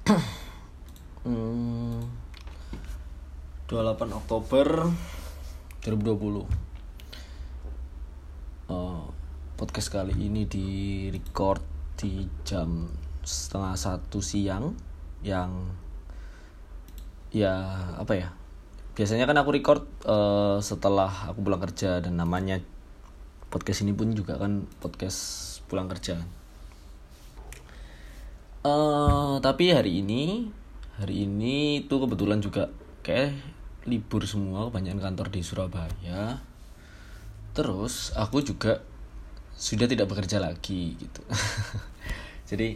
28 Oktober 2020. Podcast kali ini di record di jam 12:30 siang. Yang biasanya kan aku record setelah aku pulang kerja, dan namanya podcast ini pun juga kan podcast pulang kerja. Tapi hari ini itu kebetulan juga kayak libur semua, kebanyakan kantor di Surabaya. Terus aku juga sudah tidak bekerja lagi gitu. Jadi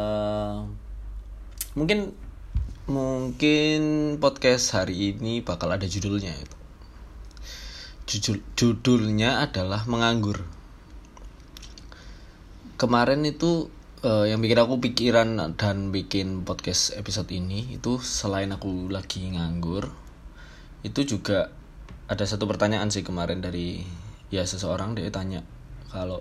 mungkin podcast hari ini bakal ada judulnya itu. Judulnya adalah menganggur. Kemarin itu yang bikin aku pikiran dan bikin podcast episode ini itu, selain aku lagi nganggur, itu juga ada satu pertanyaan sih kemarin dari seseorang. Dia tanya kalau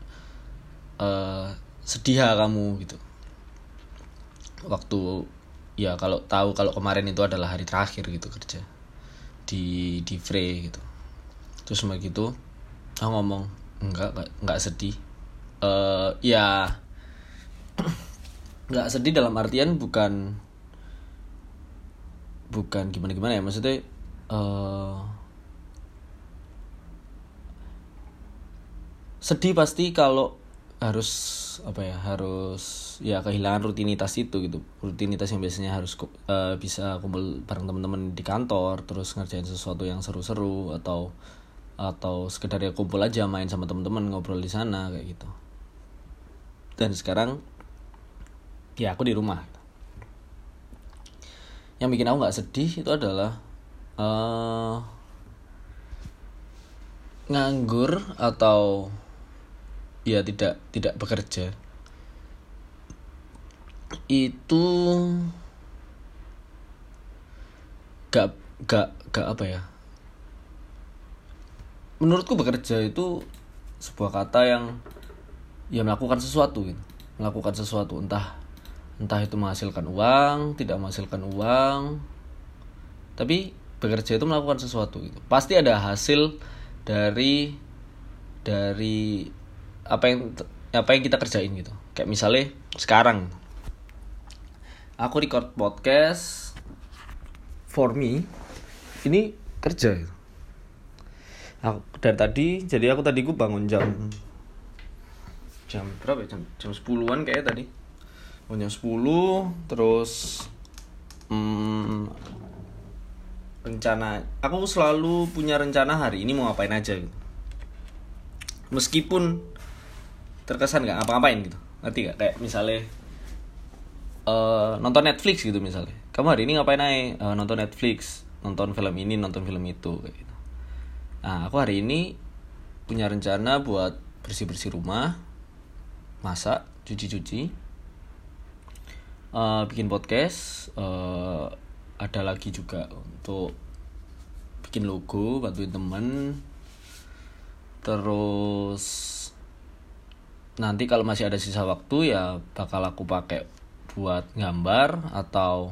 sedih kamu gitu waktu kalau tahu kalau kemarin itu adalah hari terakhir gitu kerja di Free gitu. Terus begitu aku ngomong enggak sedih. Nggak sedih dalam artian bukan gimana ya, maksudnya sedih pasti kalau harus kehilangan rutinitas itu gitu, rutinitas yang biasanya harus bisa kumpul bareng teman-teman di kantor, terus ngerjain sesuatu yang seru-seru, atau sekedar ya kumpul aja main sama teman-teman, ngobrol di sana kayak gitu. Dan sekarang aku di rumah. Yang bikin aku nggak sedih itu adalah nganggur atau tidak bekerja. Itu gak menurutku bekerja itu sebuah kata yang melakukan sesuatu gitu. Melakukan sesuatu, entah itu menghasilkan uang, tidak menghasilkan uang, tapi bekerja itu melakukan sesuatu gitu. Pasti ada hasil dari apa yang kita kerjain gitu. Kayak misalnya sekarang aku record podcast for me, ini kerja gitu. Aku tadi gue bangun jam berapa ya? Jam 10-an kayaknya tadi. Jam 10, terus rencana, aku selalu punya rencana hari ini mau ngapain aja gitu. Meskipun terkesan gak ngapa-ngapain gitu, ngerti gak? Kayak misalnya nonton Netflix gitu misalnya. Kamu hari ini ngapain aja? Nonton Netflix, nonton film ini, nonton film itu kayak gitu. Nah, aku hari ini punya rencana buat bersih-bersih rumah, masak, cuci-cuci, bikin podcast, ada lagi juga untuk bikin logo, bantuin temen. Terus nanti kalau masih ada sisa waktu ya bakal aku pakai buat gambar atau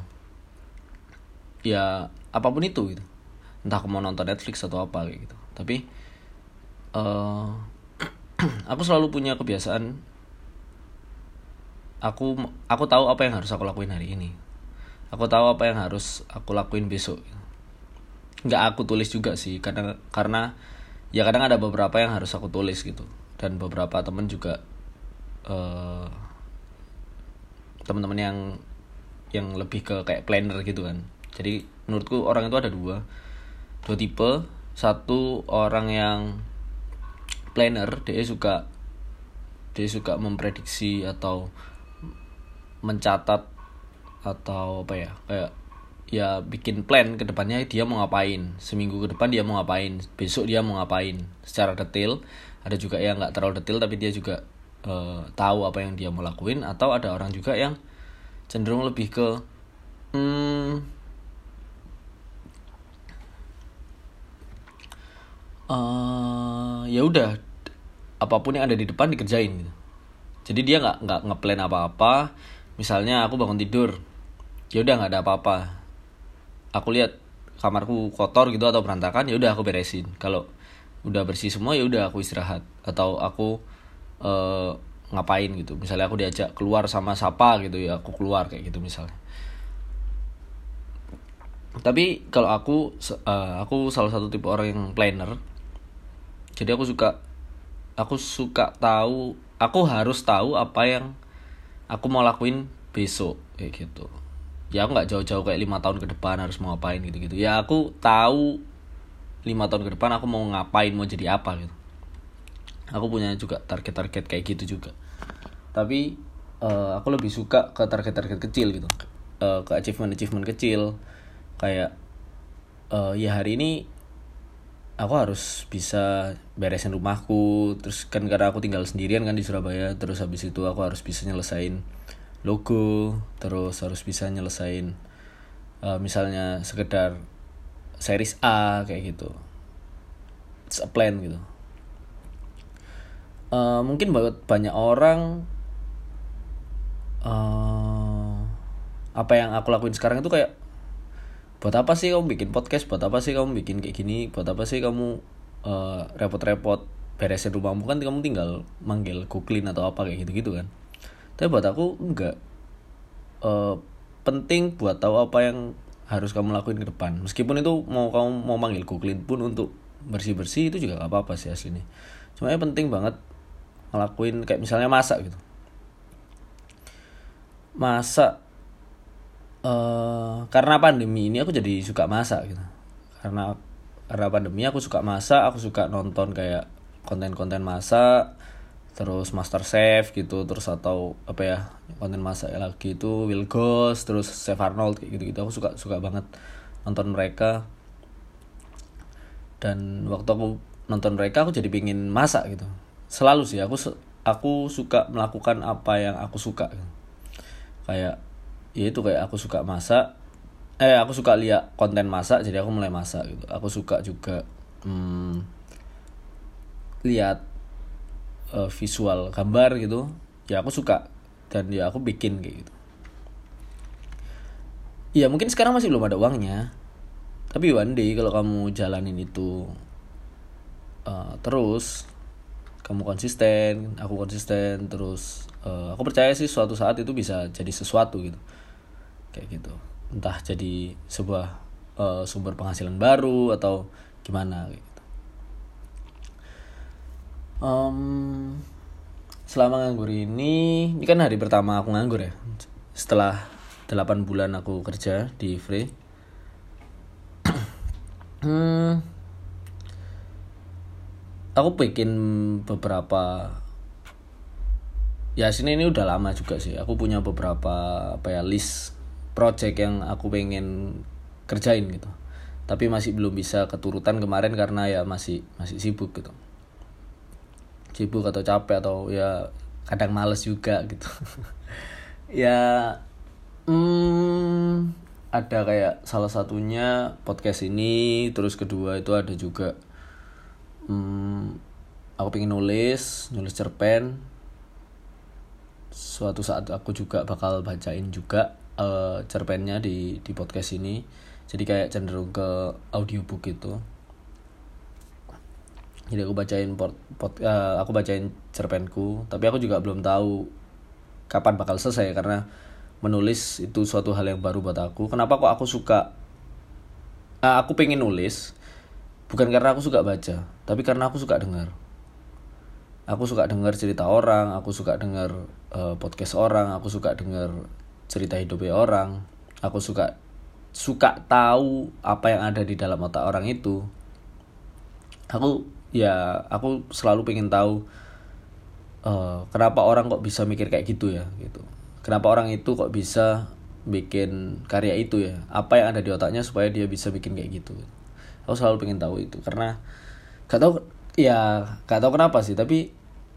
apapun itu gitu. Entah aku mau nonton Netflix atau apa kayak gitu. Tapi aku selalu punya kebiasaan, aku tahu apa yang harus aku lakuin hari ini. Aku tahu apa yang harus aku lakuin besok. Nggak aku tulis juga sih, karena kadang ada beberapa yang harus aku tulis gitu. Dan beberapa teman juga teman-teman yang lebih ke kayak planner gitu kan. Jadi menurutku orang itu ada dua tipe. Satu orang yang planner, dia suka memprediksi atau mencatat atau kayak bikin plan ke depannya, dia mau ngapain, seminggu ke depan dia mau ngapain, besok dia mau ngapain secara detail. Ada juga yang nggak terlalu detail tapi dia juga tahu apa yang dia mau lakuin. Atau ada orang juga yang cenderung lebih ke ya udah, apapun yang ada di depan dikerjain gitu. Jadi dia nggak ngeplan apa-apa. Misalnya aku bangun tidur, ya udah nggak ada apa-apa, aku lihat kamarku kotor gitu atau berantakan, ya udah aku beresin. Kalau udah bersih semua ya udah aku istirahat, atau aku eh, ngapain gitu, misalnya aku diajak keluar sama siapa gitu ya aku keluar kayak gitu misalnya. Tapi kalau aku salah satu tipe orang yang planner. Jadi aku suka tahu, aku harus tahu apa yang aku mau lakuin besok kayak gitu. Ya aku nggak jauh-jauh kayak 5 tahun ke depan harus mau ngapain gitu-gitu. Ya aku tahu 5 tahun ke depan aku mau ngapain, mau jadi apa gitu. Aku punya juga target-target kayak gitu juga. Tapi aku lebih suka ke target-target kecil gitu, ke achievement kecil. Kayak ya hari ini aku harus bisa beresin rumahku, terus kan karena aku tinggal sendirian kan di Surabaya, terus habis itu aku harus bisa nyelesain logo, terus harus bisa nyelesain misalnya sekedar series A kayak gitu. It's a plan gitu. Mungkin banyak orang apa yang aku lakuin sekarang itu kayak, buat apa sih kamu bikin podcast, buat apa sih kamu bikin kayak gini, buat apa sih kamu repot-repot beresin rumahmu, kan kamu tinggal manggil Googlin atau apa kayak gitu-gitu kan. Tapi buat aku enggak, penting buat tahu apa yang harus kamu lakuin ke depan. Meskipun itu kamu mau manggil Googlin pun untuk bersih-bersih itu juga gak apa-apa sih aslinya. Cuma ya penting banget ngelakuin kayak misalnya masak gitu. Masak karena pandemi ini aku jadi suka masak gitu. Karena pandemi aku suka masak, aku suka nonton kayak konten-konten masak, terus MasterChef gitu, terus atau apa ya, konten masak lagi itu Will Ghost, terus Chef Arnold kayak gitu-gitu. Aku suka banget nonton mereka. Dan waktu aku nonton mereka aku jadi pingin masak gitu. Selalu sih aku suka melakukan apa yang aku suka gitu. Kayak ya itu, kayak aku suka masak, aku suka lihat konten masak jadi aku mulai masak gitu. Aku suka juga lihat visual gambar gitu, ya aku suka, dan ya aku bikin kayak gitu. Ya mungkin sekarang masih belum ada uangnya, tapi one day kalau kamu jalanin itu terus, kamu konsisten, aku konsisten terus, aku percaya sih suatu saat itu bisa jadi sesuatu gitu, kayak gitu. Entah jadi sebuah sumber penghasilan baru atau gimana gitu. Selama nganggur ini kan hari pertama aku nganggur ya. Setelah 8 bulan aku kerja di Free. Aku bikin beberapa, ya sini ini udah lama juga sih. Aku punya beberapa list project yang aku pengen kerjain gitu. Tapi masih belum bisa keturutan kemarin karena ya masih sibuk gitu. Sibuk atau capek atau ya kadang males juga gitu. Ya ada kayak salah satunya podcast ini, terus kedua itu ada juga aku pengen nulis cerpen. Suatu saat aku juga bakal bacain juga cerpennya di podcast ini. Jadi kayak cenderung ke audiobook gitu. Jadi aku bacain cerpenku, tapi aku juga belum tahu kapan bakal selesai karena menulis itu suatu hal yang baru buat aku. Kenapa kok aku suka aku pengen nulis, bukan karena aku suka baca, tapi karena aku suka dengar. Aku suka dengar cerita orang, aku suka dengar podcast orang, aku suka dengar cerita hidupnya orang. Aku suka tahu apa yang ada di dalam otak orang itu. Aku selalu pengen tahu kenapa orang kok bisa mikir kayak gitu ya gitu. Kenapa orang itu kok bisa bikin karya itu ya? Apa yang ada di otaknya supaya dia bisa bikin kayak gitu? Aku selalu pengen tahu itu karena gak tahu kenapa sih, tapi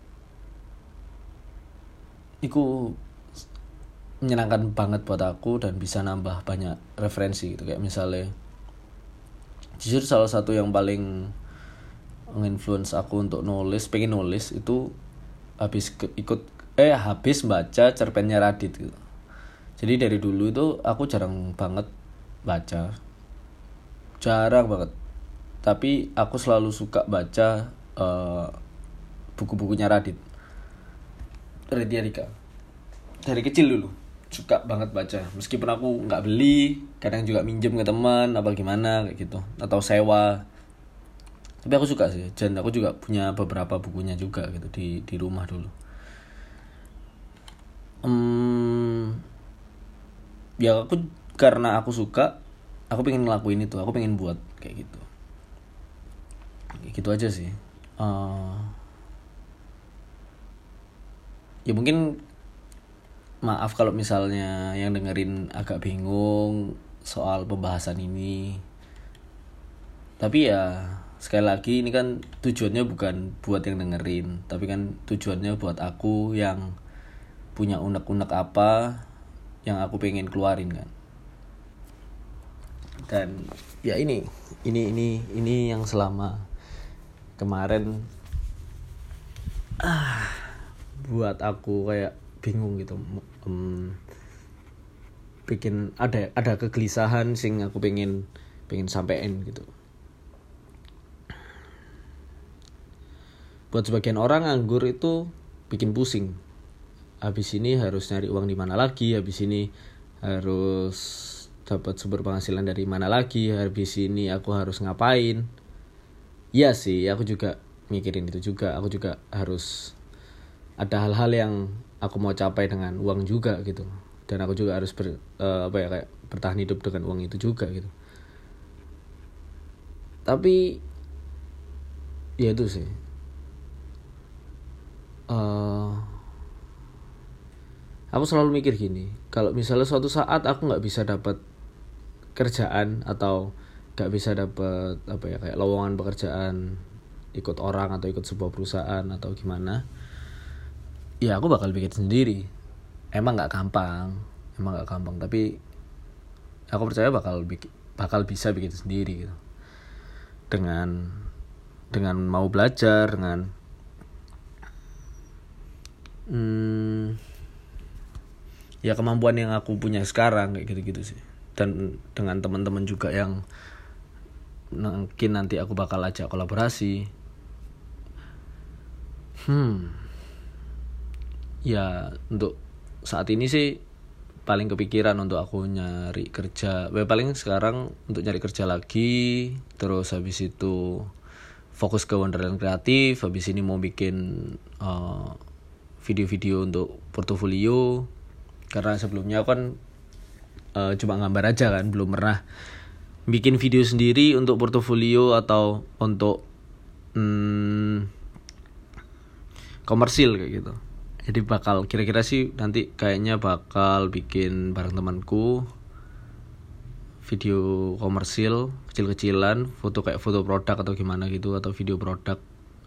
itu menyenangkan banget buat aku dan bisa nambah banyak referensi gitu. Kayak misalnya, jujur salah satu yang paling nge-influence aku untuk pengen nulis itu habis baca cerpennya Radit gitu. Jadi dari dulu itu aku jarang banget baca, jarang banget. Tapi aku selalu suka baca buku-bukunya Raditya Dika. Dari kecil dulu suka banget baca, meskipun aku nggak beli, kadang juga minjem ke teman apa gimana kayak gitu, atau sewa. Tapi aku suka sih, dan aku juga punya beberapa bukunya juga gitu di rumah dulu. Ya aku, karena aku suka, aku pengen ngelakuin itu, aku pengen buat kayak gitu aja sih. Ya mungkin maaf kalau misalnya yang dengerin agak bingung soal pembahasan ini, tapi ya sekali lagi ini kan tujuannya bukan buat yang dengerin, tapi kan tujuannya buat aku yang punya unek-unek apa yang aku pengen keluarin kan. Dan ya ini yang selama kemarin buat aku kayak bingung gitu, bikin ada kegelisahan sing aku pengen sampein gitu. Buat sebagian orang nganggur itu bikin pusing. Habis ini harus nyari uang di mana lagi, habis ini harus dapat sumber penghasilan dari mana lagi, habis ini aku harus ngapain. Iya sih, aku juga mikirin itu juga. Aku juga harus ada hal-hal yang aku mau capai dengan uang juga gitu. Dan aku juga harus kayak bertahan hidup dengan uang itu juga gitu. Tapi ya itu sih. Aku selalu mikir gini, kalau misalnya suatu saat aku nggak bisa dapat kerjaan atau nggak bisa dapat kayak lowongan pekerjaan, ikut orang atau ikut sebuah perusahaan atau gimana, ya aku bakal bikin sendiri. Emang nggak gampang, tapi aku percaya bakal bisa bikin sendiri gitu. Dengan mau belajar, dengan ya kemampuan yang aku punya sekarang kayak gitu-gitu sih. Dan dengan teman-teman juga yang mungkin nanti aku bakal ajak kolaborasi. Ya untuk saat ini sih paling kepikiran untuk aku nyari kerja. Paling sekarang untuk nyari kerja lagi, terus habis itu fokus ke Wonderland Kreatif. Habis ini mau bikin video-video untuk portofolio, karena sebelumnya aku kan cuma gambar aja kan, belum pernah bikin video sendiri untuk portofolio atau untuk komersil kayak gitu. Jadi kira-kira sih nanti kayaknya bakal bikin bareng temanku video komersil kecil-kecilan, foto produk atau gimana gitu, atau video produk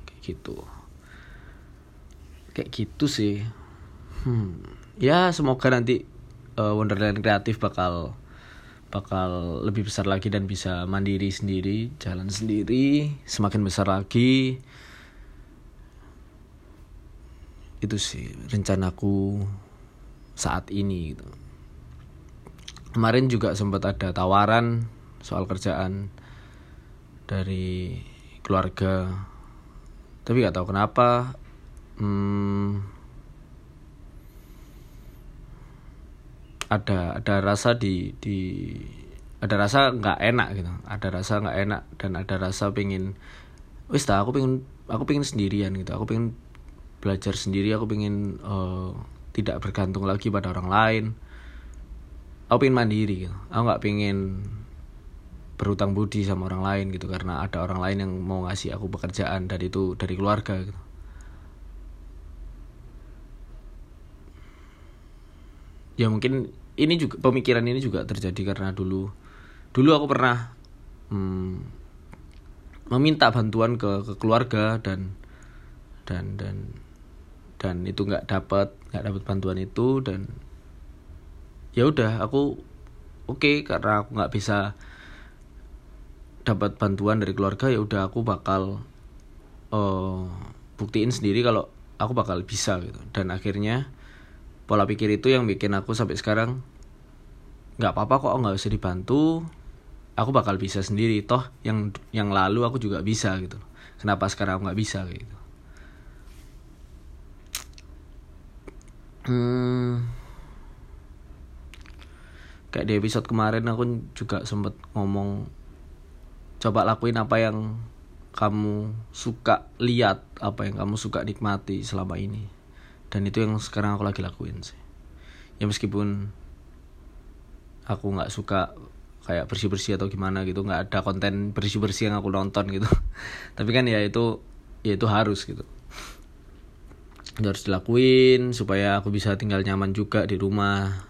kayak gitu sih. Ya semoga nanti Wonderland Kreatif bakal lebih besar lagi dan bisa mandiri sendiri, jalan sendiri, semakin besar lagi. Itu sih rencanaku saat ini gitu. Kemarin juga sempat ada tawaran soal kerjaan dari keluarga, tapi gak tahu kenapa ada rasa ada rasa nggak enak gitu, dan ada rasa pengen aku pengen sendirian gitu, aku pengen belajar sendiri, aku pengen tidak bergantung lagi pada orang lain, aku pengen mandiri gitu. Aku nggak pengen berhutang budi sama orang lain gitu, karena ada orang lain yang mau ngasih aku pekerjaan, dan itu dari keluarga gitu. Ya mungkin pemikiran ini juga terjadi karena dulu aku pernah meminta bantuan ke keluarga, dan itu nggak dapat bantuan itu, dan ya udah aku karena aku nggak bisa dapat bantuan dari keluarga, ya udah aku bakal buktiin sendiri kalau aku bakal bisa gitu. Dan akhirnya pola pikir itu yang bikin aku sampai sekarang nggak apa-apa kok, nggak usah dibantu, aku bakal bisa sendiri, toh yang lalu aku juga bisa gitu, kenapa sekarang aku nggak bisa gitu. Kayak di episode kemarin aku juga sempet ngomong, coba lakuin apa yang kamu suka lihat, apa yang kamu suka nikmati selama ini. Dan itu yang sekarang aku lagi lakuin sih. Ya meskipun aku gak suka kayak bersih-bersih atau gimana gitu, gak ada konten bersih-bersih yang aku nonton gitu. Tapi kan ya itu harus gitu. Itu harus dilakuin supaya aku bisa tinggal nyaman juga di rumah.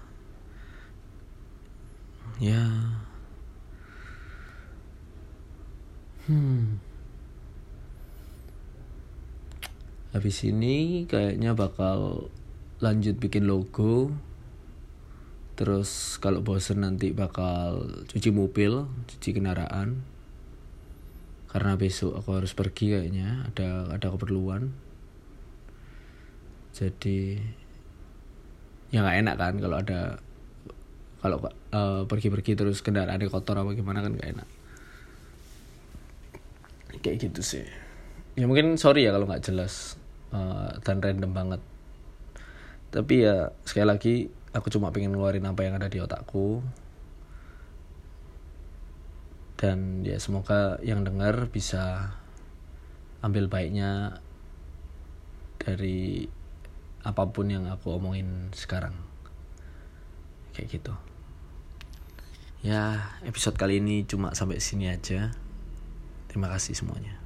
Ya. Habis ini kayaknya bakal lanjut bikin logo. Terus kalau bosen nanti bakal cuci mobil, cuci kendaraan. Karena besok aku harus pergi kayaknya, ada keperluan. Jadi ya nggak enak kan kalau pergi-pergi terus kendaraannya kotor apa gimana, kan nggak enak. Kayak gitu sih. Ya mungkin sorry ya kalau nggak jelas dan random banget. Tapi ya sekali lagi aku cuma pengen ngeluarin apa yang ada di otakku. Dan ya semoga yang dengar bisa ambil baiknya dari apapun yang aku omongin sekarang. Kayak gitu. Ya episode kali ini cuma sampai sini aja. Terima kasih semuanya.